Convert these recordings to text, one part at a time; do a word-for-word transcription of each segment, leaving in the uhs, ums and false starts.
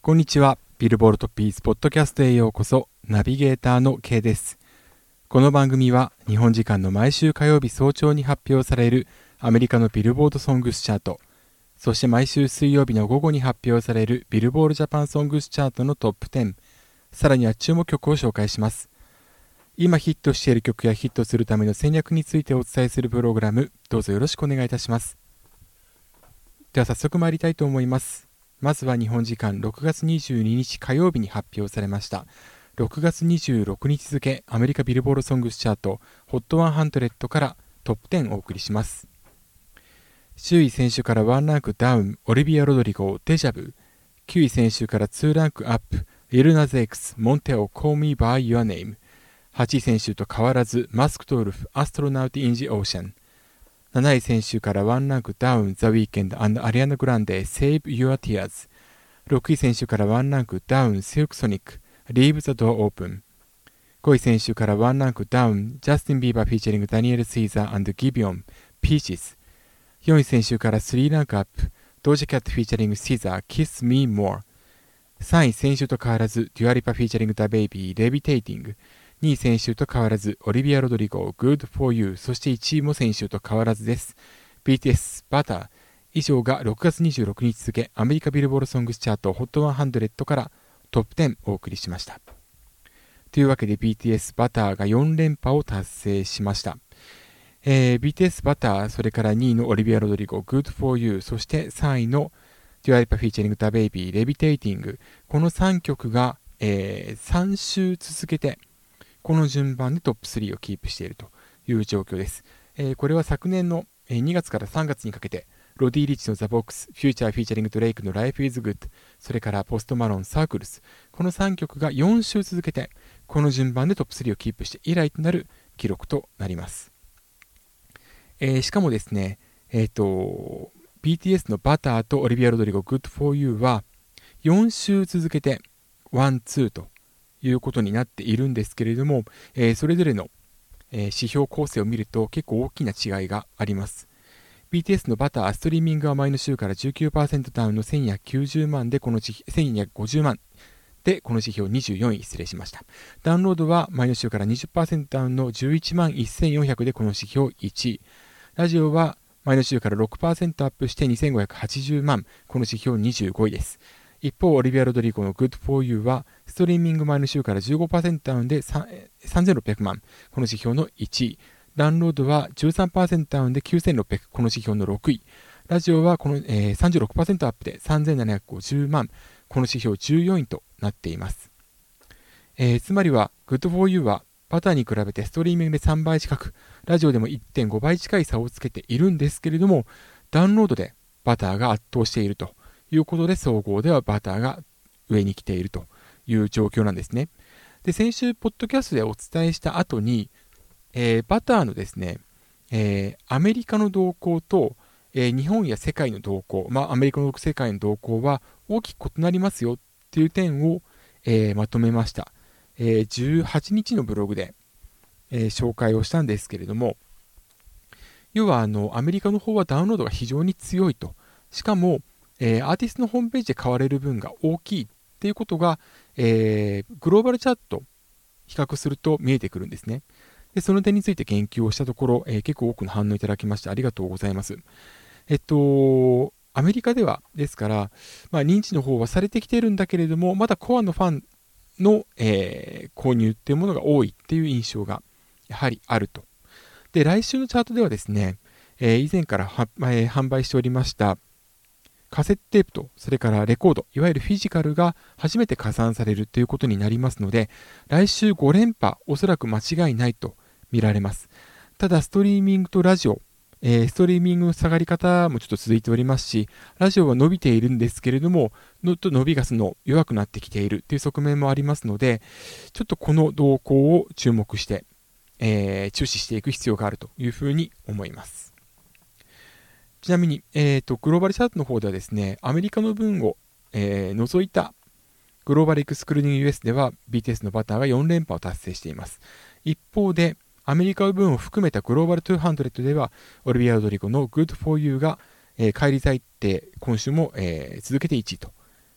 こんにちは。ビルボールトピースポッドキャストへようこそ。ナビゲーターの K です。この番組は日本時間の毎週火曜日早朝に発表されるアメリカのビルボードソングスチャート、そして毎週水曜日の午後に発表されるビルボールジャパンソングスチャートのトップじゅう、さらには注目曲を紹介します。今ヒットしている曲やヒットするための戦略についてお伝えするプログラム、どうぞよろしくお願いいたします。では早速参りたいと思います。まずは日本時間ろくがつにじゅうににち火曜日に発表されましたろくがつにじゅうろくにち付アメリカビルボードソングスチャート ホットひゃく からトップじゅうをお送りします。首位選手からワンランクダウン、オリビア・ロドリゴ、デジャブ。きゅうい選手からツーランクアップ、リルナズ X、モンテオ、Call Me By Your Name。はちい選手と変わらず、マスクトールフ、アストロナウト・イン・ジ・オーシャン。なない選手からワンランクダウン、ザ・ウィーケンド&アリアナ・グランデ、Save Your Tears。ろくい選手からワンランクダウン、シルク・ソニック、Leave the Door Open。ごい選手からワンランクダウン、ジャスティン・ビーバーフィーチャリングダニエル・シーザー&ギビオン、Peaches。よんい選手からスリーランクアップ、ドージャキャットフィーチャリングシーザー、Kiss Me More。さんい選手と変わらず、デュアリパフィーチャリングダベイビー、Levitating。にい選手と変わらず、オリビア・ロドリゴ、Good For You。そしていちいも選手と変わらずです。ビーティーエス、Butter。以上がろくがつにじゅうろくにち付アメリカビルボードソングスチャート ホットひゃく からトップじゅうをお送りしました。というわけで ビーティーエス バターがよん連覇を達成しました。えー、ビーティーエス バター、それからにいのオリビア・ロドリゴ、Good For You、そしてさんいのデュアリパフィーチャリングダベイビー、Levitating。このさんきょくが、えー、さん週続けてこの順番でトップスリーをキープしているという状況です。えー、これは昨年のにがつからさんがつにかけてロディ・リッチのザ・ボックス、フューチャーフィーチャリングドレイクの Life is Good、それからポストマロン、サークルス、このさんきょくがよん週続けてこの順番でトップスリーをキープして以来となる記録となります。えー、しかもですね、えーと、ビーティーエス のバターとオリビア・ロドリゴ Good For You はよん週続けてワン、ツーということになっているんですけれども、えー、それぞれの、えー、指標構成を見ると結構大きな違いがあります。ビーティーエス のバター、ストリーミングは前の週から じゅうきゅうパーセント ダウンのせんにひゃくきゅうじゅうまんで、このせんにひゃくごじゅうまんで、この指標にじゅうよんい、失礼しました。ダウンロードは前の週から にじゅっパーセント ダウンのじゅういちまんせんよんひゃくで、この指標いちい。ラジオは前の週から ろくパーセント アップしてにせんごひゃくはちじゅうまん、この指標にじゅうごいです。一方、オリビア・ロドリゴの Good For You は、ストリーミング前の週から じゅうごパーセント ダウンでさんぜんろっぴゃくまん、この指標のいちい。ダウンロードは じゅうさんパーセント ダウンできゅうせんろっぴゃく、この指標のろくい。ラジオはこの、えー、さんじゅうろくパーセント アップでさんぜんななひゃくごじゅうまん、この指標じゅうよんいとなっています。えー、つまりは Good For You はバターに比べてストリーミングでさんばい近く、ラジオでも いってんごばい近い差をつけているんですけれども、ダウンロードでバターが圧倒しているということで、総合ではバターが上に来ているという状況なんですね。で、先週ポッドキャストでお伝えした後に、えー、バターのですね、えー、アメリカの動向と、えー、日本や世界の動向、まあ、アメリカの世界の動向は大きく異なりますよっていう点を、えー、まとめました。えー、じゅうはちにちのブログで、えー、紹介をしたんですけれども、要はあのアメリカの方はダウンロードが非常に強いと。しかも、えー、アーティストのホームページで買われる分が大きいっていうことが、えー、グローバルチャート比較すると見えてくるんですね。で、その点について言及をしたところ、えー、結構多くの反応いただきましてありがとうございます。えっと、アメリカではですから、まあ、認知の方はされてきているんだけれども、まだコアのファンの、えー、購入っていうものが多いっていう印象がやはりあると。で、来週のチャートではですね、えー、以前からは、えー、販売しておりましたカセットテープと、それからレコード、いわゆるフィジカルが初めて加算されるということになりますので、来週ご連覇、おそらく間違いないと見られます。ただ、ストリーミングとラジオ、えー、ストリーミングの下がり方もちょっと続いておりますし、ラジオは伸びているんですけれども、のと伸びがその弱くなってきているという側面もありますので、ちょっとこの動向を注目して、えー、注視していく必要があるというふうに思います。ちなみに、えーと、グローバルチャートの方ではですね、アメリカの分を、えー、除いたグローバルエクスクルーディング ユーエス では ビーティーエス のバターがよん連覇を達成しています。一方で、アメリカの分を含めたグローバルにひゃくでは、オリビア・ロドリゴの Good For You が、えー、返り咲いて今週も、えー、続けていちいと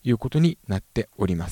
いうことになっております。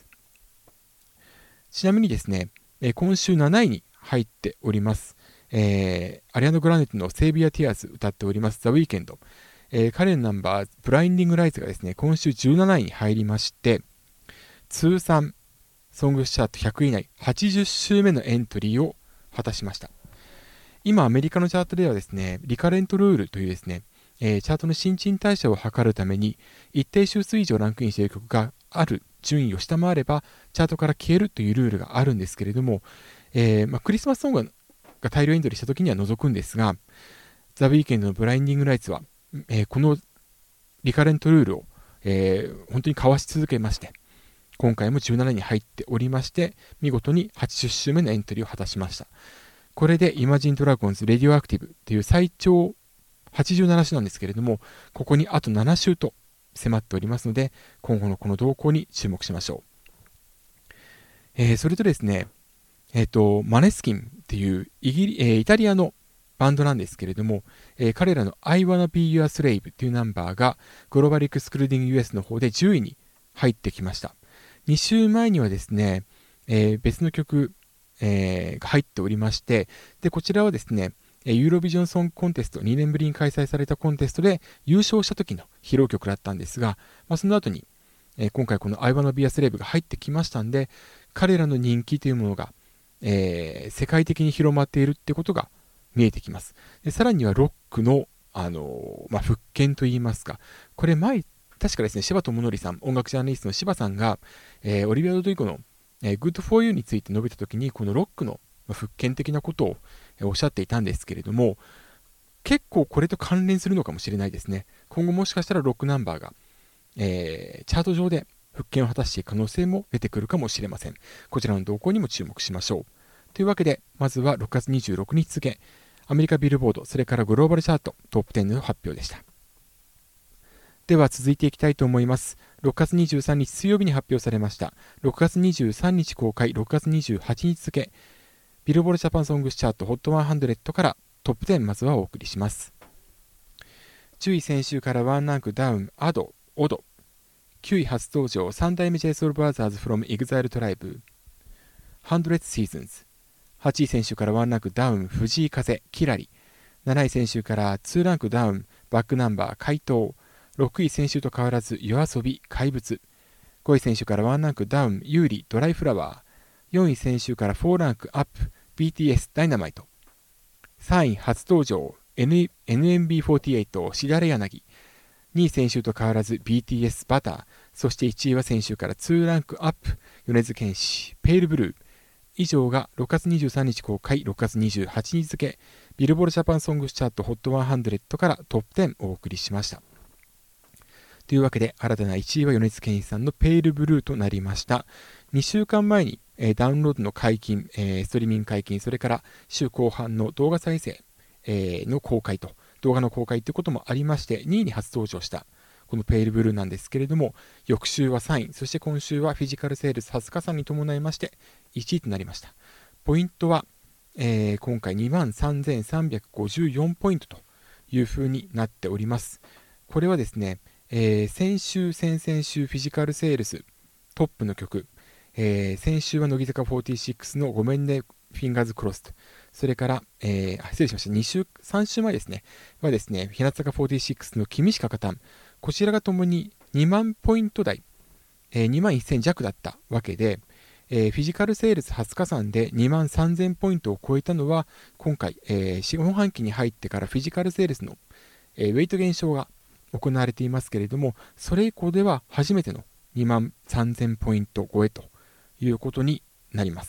ちなみにですね、えー、今週なないに入っております、えー、アリアナ・グランデのセービア・ティアーズ歌っておりますザ・ウィーケンド、えー、彼のナンバーブラインディング・ライツがですね今週じゅうなないに入りまして、通算ソングチャートひゃくい以内はちじゅっ週目のエントリーを果たしました。今アメリカのチャートではですね、リカレントルールというですね、えー、チャートの新陳代謝を測るために一定周数以上ランクインしている曲がある順位を下回ればチャートから消えるというルールがあるんですけれども、えーまあ、クリスマスソングが大量エントリーした時には除くんですが、ザ・ウィーケンドのブラインディング・ライツは、えー、このリカレントルールを、えー、本当にかわし続けまして、今回もじゅうななに入っておりまして、見事にはちじゅっ週目のエントリーを果たしました。これでイマジンドラゴンズレディオアクティブという最長はちじゅうなな週なんですけれども、ここにあとなな週と迫っておりますので、今後のこの動向に注目しましょう。えー、それとですね、えっと、マネスキンっていうイギリ、えー、イタリアのバンドなんですけれども、えー、彼らの I Wanna Be Your Slave っていうナンバーがグローバルエクスクルーディング ユーエス の方でじゅういに入ってきました。に週前にはですね、えー、別の曲、えー、が入っておりまして、で、こちらはですね、ユーロビジョンソングコンテスト、にねんぶりに開催されたコンテストで優勝した時の披露曲だったんですが、まあ、その後に、えー、今回この I Wanna Be a Slave が入ってきましたんで、彼らの人気というものが、えー、世界的に広まっているってことが見えてきます。でさらにはロックの、あのーまあ、復権といいますか、これ前、確かですね、柴智則さん、音楽ジャーナリストの柴さんが、えー、オリビア・ロドリゴの、えー、Good for You について述べたときに、このロックの復権的なことをおっしゃっていたんですけれども、結構これと関連するのかもしれないですね。今後もしかしたらロックナンバーが、えー、チャート上で復権を果たしていく可能性も出てくるかもしれません。こちらの動向にも注目しましょう。というわけで、まずはろくがつにじゅうろくにち付、アメリカビルボード、それからグローバルチャートトップじゅうの発表でした。では続いていきたいと思います。ろくがつにじゅうさんにち水曜日に発表されました。ろくがつにじゅうさんにち公開、ろくがつにじゅうはちにち付、ビルボードジャパンソングスチャート ホットひゃくからトップじゅうまずはお送りします。じゅうい先週からワンランクダウン、アド、オド。きゅうい初登場、三代目 ジェイソウルブラザーズ from EXILE TRIBE、ハンドレッド Seasons。はちい先週からワンランクダウン、藤井風、キラリ。なない先週からにランクダウン、バックナンバー、怪盗。ろくい先週と変わらず、夜遊び、怪物。ごい選手からワンランクダウン、有利、ドライフラワー。よんい先週からよんランクアップ、ビーティーエス、ダイナマイト。さんい初登場、N、エヌエムビーフォーティーエイト、しだれ柳。にい先週と変わらず ビーティーエス バター。そしていちいは先週からにランクアップ、米津玄師、ペールブルー。以上がろくがつにじゅうさんにち公開、ろくがつにじゅうはちにち付、ビルボードジャパンソングスチャート ホットひゃくからトップじゅうをお送りしました。というわけで、新たないちいは米津玄師さんのペールブルーとなりました。にしゅうかんまえに、えー、ダウンロードの解禁、えー、ストリーミング解禁、それから週後半の動画再生、えー、の公開と、動画の公開ということもありまして、にいに初登場したこのペールブルーなんですけれども、翌週はさんい、そして今週はフィジカルセールスはつかさんに伴いましていちいとなりました。ポイントは、えー、今回 にまんさんぜんさんびゃくごじゅうよん ポイントというふうになっております。これはですね、えー、先週、先々週フィジカルセールストップの曲、えー、先週は乃木坂フォーティーシックスのごめんねフィンガーズクロスト、それから、えー、失礼しました、に週、さん週前ですね、はですね、日向坂フォーティーシックスの君しか勝たん、こちらがともににまんポイント台、えー、にまんせん弱だったわけで、えー、フィジカルセールスはつかさんでにまんさんぜんポイントを超えたのは、今回、えー、よん半期に入ってからフィジカルセールスの、えー、ウェイト減少が行われていますけれども、それ以降では初めてのにまんさんぜんポイント超えということになります。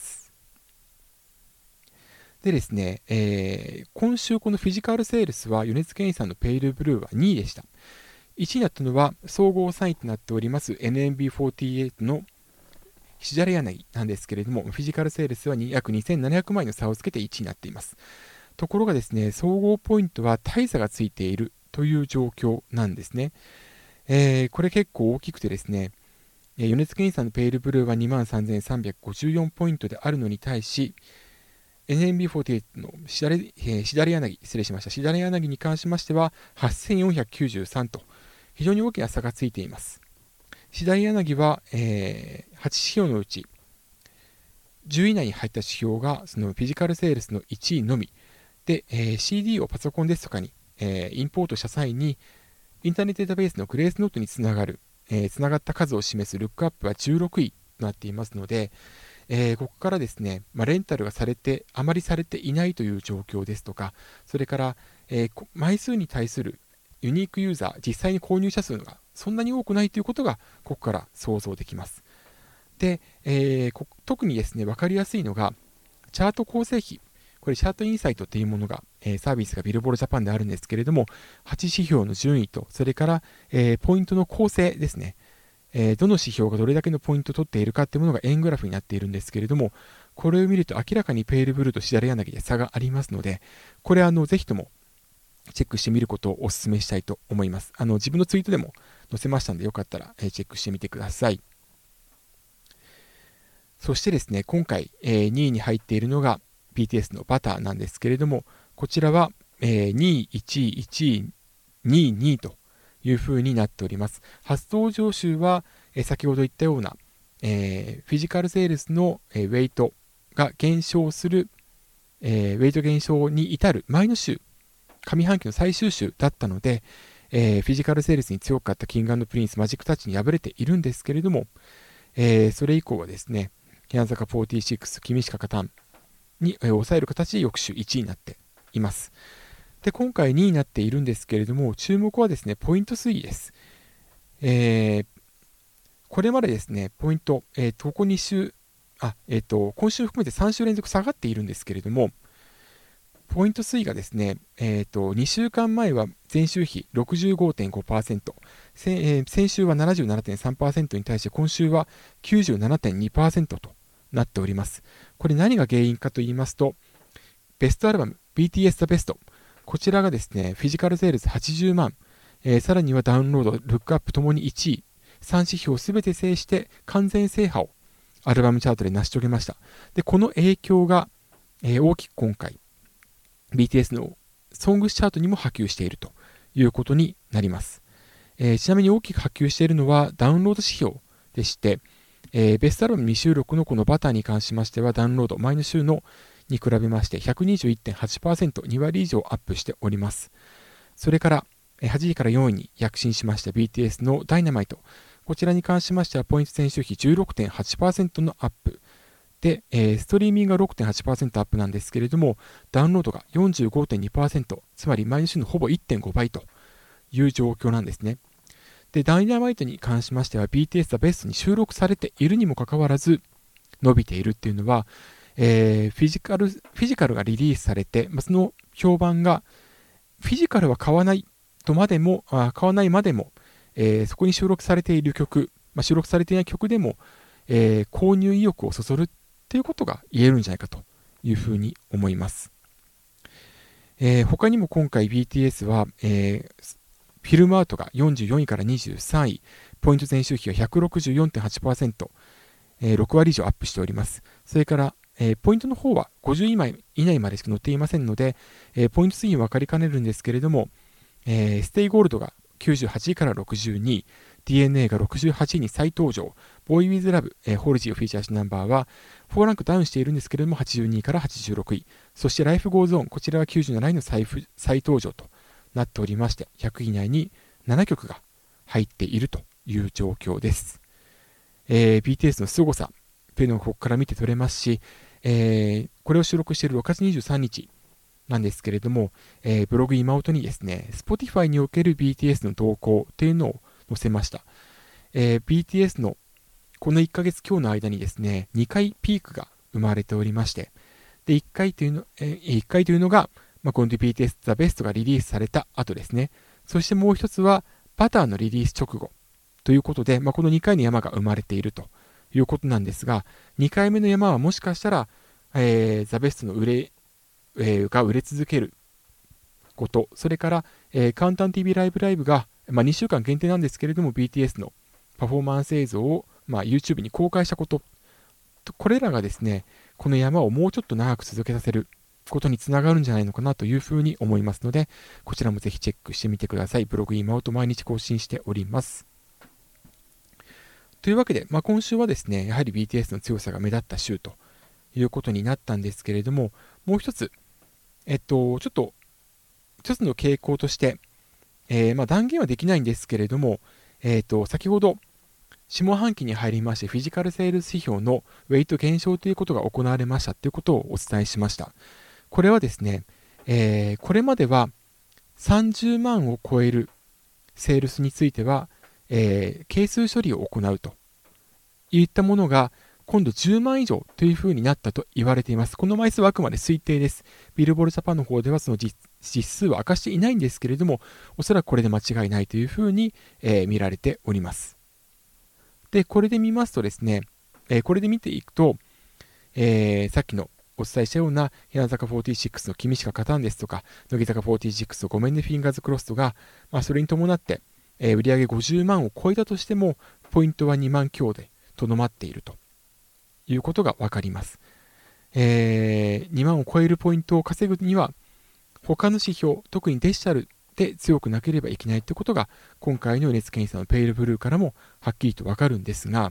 でですね、えー、今週このフィジカルセールスは米津玄師さんのペイルブルーはにいでした。いちいになったのは総合さんいとなっております エヌエムビーフォーティーエイト のしだれ柳なんですけれども、フィジカルセールスは約にせんななひゃくまいの差をつけていちいになっています。ところがですね、総合ポイントは大差がついているという状況なんですね。えー、これ結構大きくてですね、米津玄師さんのペイルブルーは にまんさんぜんさんびゃくごじゅうよん ポイントであるのに対し、エヌエムビーフォーティーエイト のしだれ、えー、しだれ柳、失礼しました、しだれ柳に関しましてははっせんよんひゃくきゅうじゅうさんと非常に大きな差がついています。 次第柳は、えー、はち指標のうちじゅうい以内に入った指標がそのフィジカルセールスのいちいのみで、えー、シーディー をパソコンですとかに、えー、インポートした際にインターネットデータベースのグレースノートにつながる、えー、つながった数を示すルックアップはじゅうろくいとなっていますので、えー、ここからですね、まあ、レンタルがされてあまりされていないという状況ですとか、それから、えー、枚数に対するユニークユーザー、実際に購入者数がそんなに多くないということがここから想像できます。で、えー、特にですね、分かりやすいのがチャート構成比。これチャートインサイトというものが、えー、サービスがビルボードジャパンであるんですけれども、はち指標の順位と、それから、えー、ポイントの構成ですね、えー、どの指標がどれだけのポイントを取っているかというものが円グラフになっているんですけれども、これを見ると明らかにペールブルーとしだれ柳で差がありますので、これあのぜひともチェックしてみることをお勧めしたいと思います。あの自分のツイートでも載せましたので、よかったら、えー、チェックしてみてください。そしてですね、今回、えー、にいに入っているのが ビーティーエス のバターなんですけれども、こちらは、えー、にい、いちい、いちい、にい、にいという風になっております。初登場週は、えー、先ほど言ったような、えー、フィジカルセールスの、えー、ウェイトが減少する、えー、ウェイト減少に至る前の週、上半期の最終週だったので、えー、フィジカルセールスに強かったキング&プリンスマジックタッチに敗れているんですけれども、えー、それ以降はですね、日向坂フォーティーシックス、君しか勝たんに、えー、抑える形で翌週いちいになっています。で、今回にいになっているんですけれども、注目はですね、ポイント推移です。えー、これまでですね、ポイント、えー、ここに週、あ、えっと、今週含めてさん週連続下がっているんですけれども、ポイント推移がですね、えー、とにしゅうかんまえは前週比 ろくじゅうごてんごパーセント、先,、えー、先週は ななじゅうななてんさんパーセント に対して今週は きゅうじゅうななてんにパーセント となっております。これ何が原因かと言いますと、ベストアルバム ビーティーエス The Best、こちらがですね、フィジカルセールスはちじゅうまん、えー、さらにはダウンロード、ルックアップともにいちい、さん指標すべて制して完全制覇をアルバムチャートで成し遂げました。で、この影響が、えー、大きく今回、ビーティーエス のソングチャートにも波及しているということになります。えー、ちなみに大きく波及しているのはダウンロード指標でして、えー、ベストアルバム未収録のこのバターに関しましてはダウンロード前の週のに比べまして ひゃくにじゅういってんはちパーセント、に割以上アップしております。それからはちいからよんいに躍進しました ビーティーエス のダイナマイト、こちらに関しましてはポイント前週比 じゅうろくてんはちパーセント のアップで、えー、ストリーミングが ろくてんはちパーセント アップなんですけれども、ダウンロードが よんじゅうごてんにパーセント、つまり前の週のほぼ いってんごばいという状況なんですね。で、ダイナマイトに関しましては ビーティーエス The Best に収録されているにもかかわらず伸びているっていうのは、えー、フィジカル、フィジカルがリリースされて、まあ、その評判がフィジカルは買わないとまでも、あ買わないまでも、えー、そこに収録されている曲、まあ、収録されていない曲でも、えー、購入意欲をそそるということが言えるんじゃないかというふうに思います。えー、他にも今回 ビーティーエス は、えー、フィルムアウトがよんじゅうよんいからにじゅうさんい、ポイント前週比は ひゃくろくじゅうよんてんはちパーセント、えー、ろく割以上アップしております。それから、えー、ポイントの方はごじゅうい以内までしか載っていませんので、えー、ポイント推移は分かりかねるんですけれども、えー、ステイゴールドがきゅうじゅうはちいからろくじゅうにい、ディーエヌエー がろくじゅうはちいに再登場、ボーイ・ウィズ・ラブ、えー、ホールジーをフィーチャーしたナンバーはよんランクダウンしているんですけれどもはちじゅうにいからはちじゅうろくい、そしてライフ・ゴーズ・オン、こちらはきゅうじゅうなないの 再, 再登場となっておりまして、ひゃくい以内にななきょくが入っているという状況です。えー、ビーティーエス の凄さというのをここから見て取れますし、えー、これを収録しているろくがつにじゅうさんにちなんですけれども、えー、ブログ今音にですね、Spotify における ビーティーエス の動向というのを載せました。えー、ビーティーエス のこのいっかげつ強の間にですね、にかいピークが生まれておりまして、で、いっかいというの、えー、いっかいというのが、まあ、この ビーティーエス The Best がリリースされた後ですね。そしてもう一つは、バターのリリース直後ということで、まあ、このにかいの山が生まれているということなんですが、にかいめの山はもしかしたら、えー、ザ・ベストの売れ、えー、が売れ続けること、それから、えー、カウンタン ティーブイ ライブライブが、まあ、にしゅうかん限定なんですけれども ビーティーエス のパフォーマンス映像を、まあ、YouTube に公開したこと、これらがですね、この山をもうちょっと長く続けさせることにつながるんじゃないのかなというふうに思いますので、こちらもぜひチェックしてみてください。ブログ今音毎日更新しております。 というわけで、まあ、今週はですね、やはり ビーティーエス の強さが目立った週ということになったんですけれども、もう一つ、えっと、ちょっと、一つの傾向として、えーまあ、断言はできないんですけれども、えっと、先ほど、下半期に入りまして、フィジカルセールス指標のウェイト減少ということが行われましたということをお伝えしました。これはですね、えー、これまではさんじゅうまんを超えるセールスについては、えー、係数処理を行うといったものが今度じゅうまん以上というふうになったと言われています。この枚数はあくまで推定です。ビルボールジャパンの方ではその 実, 実数は明かしていないんですけれども、おそらくこれで間違いないというふうに、えー、見られております。で、これで見ますとですね、えー、これで見ていくと、えー、さっきのお伝えしたような日向坂フォーティーシックスの君しか勝たんですとか、乃木坂フォーティーシックスのごめんねフィンガーズクロストが、まあ、それに伴って、えー、売上ごじゅうまんを超えたとしても、ポイントはにまん強でとどまっているということがわかります。えー、にまんを超えるポイントを稼ぐには、他の指標、特にデジタルで強くなければいけないということが、今回の熱検査のペイルブルーからもはっきりとわかるんですが、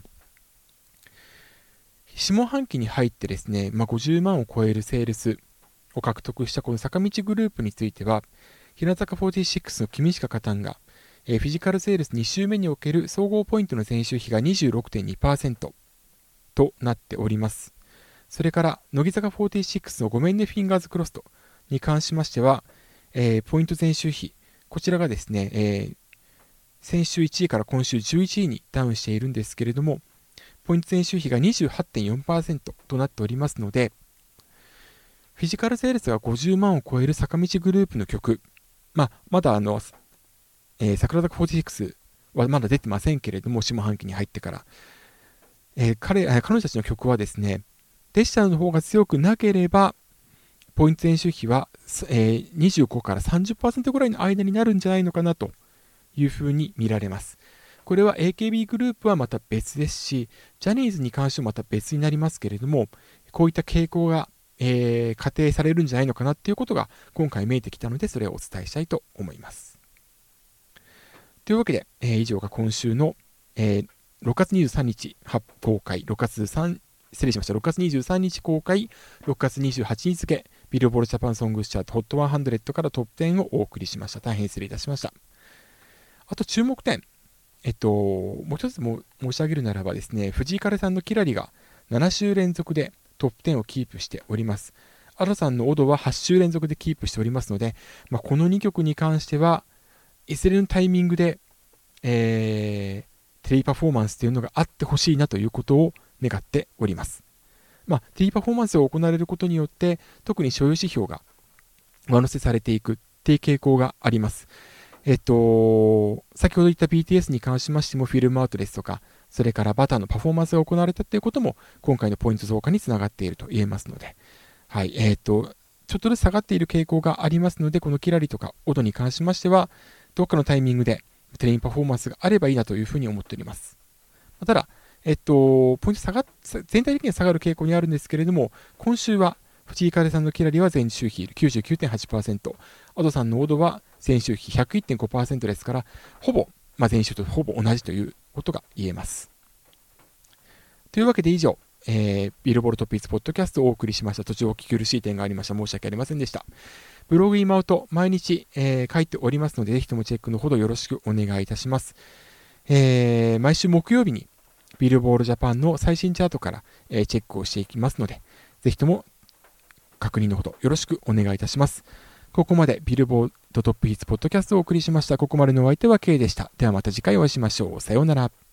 下半期に入ってですね、まあ、ごじゅうまんを超えるセールスを獲得したこの坂道グループについては、日向坂フォーティーシックスの君しか勝たんが、えー、フィジカルセールスに週目における総合ポイントの前週比が にじゅうろくてんにパーセント となっております。それから、乃木坂フォーティーシックスのごめんねフィンガーズクロストに関しましては、えー、ポイント前週比、こちらがですね、えー、先週いちいから今週じゅういちいにダウンしているんですけれども、ポイント前週比が にじゅうはちてんよんパーセント となっておりますので、フィジカルセールスがごじゅうまんを超える坂道グループの曲、まあ、まだあの、えー、桜坂フォーティーシックスはまだ出てませんけれども、下半期に入ってから、えー、彼、彼女たちの曲はですね、デジタルの方が強くなければ、ポイント前週比は、えー、にじゅうごから さんじゅっパーセント ぐらいの間になるんじゃないのかなというふうに見られます。これは エーケービー グループはまた別ですし、ジャニーズに関してもまた別になりますけれども、こういった傾向が、えー、仮定されるんじゃないのかなっていうことが今回見えてきたので、それをお伝えしたいと思います。というわけで、えー、以上が今週の、えー、ろくがつにじゅうさんにち公開、ろくがつさん失礼しました。ろくがつにじゅうさんにち公開、ろくがつにじゅうはちにち付、ビルボールジャパンソングスチャート ホットハンドレッド からトップじゅうをお送りしました。大変失礼いたしました。あと注目点。えっと、もう一つも申し上げるならばですね、藤井風さんのキラリがななしゅう連続でトップじゅうをキープしております。アドさんのオドははちしゅう連続でキープしておりますので、まあ、このにきょくに関しては、いずれのタイミングで、えー、テレビパフォーマンスというのがあってほしいなということを願っております。まあ、テレビパフォーマンスを行われることによって、特に所有指標が上乗せされていくっていう傾向があります。えっと、先ほど言った ビーティーエス に関しましてもフィルムアウトですとか、それからバターのパフォーマンスが行われたということも、今回のポイント増加につながっていると言えますので、はい、えっと、ちょっとずつ下がっている傾向がありますので、このキラリとかオドに関しましては、どっかのタイミングでテレビパフォーマンスがあればいいなというふうに思っております。ただ、えっと、ポイント下が全体的には下がる傾向にあるんですけれども、今週は藤井風さんのキラリは前週比 きゅうじゅうきゅうてんはちパーセント、アドさんのオドは前週比 ひゃくいってんごパーセント ですから、ほぼ、まあ、前週とほぼ同じということが言えます。というわけで以上、えー、ビルボールトピックスポッドキャストをお送りしました。途中お聞き苦しい点がありました。申し訳ありませんでした。ブログ今音、毎日、えー、書いておりますので、ぜひともチェックのほどよろしくお願いいたします。えー、毎週木曜日にビルボールジャパンの最新チャートから、えー、チェックをしていきますので、ぜひとも確認のほどよろしくお願いいたします。ここまでビルボードトップヒッツポッドキャストをお送りしました。ここまでのお相手は K でした。ではまた次回お会いしましょう。さようなら。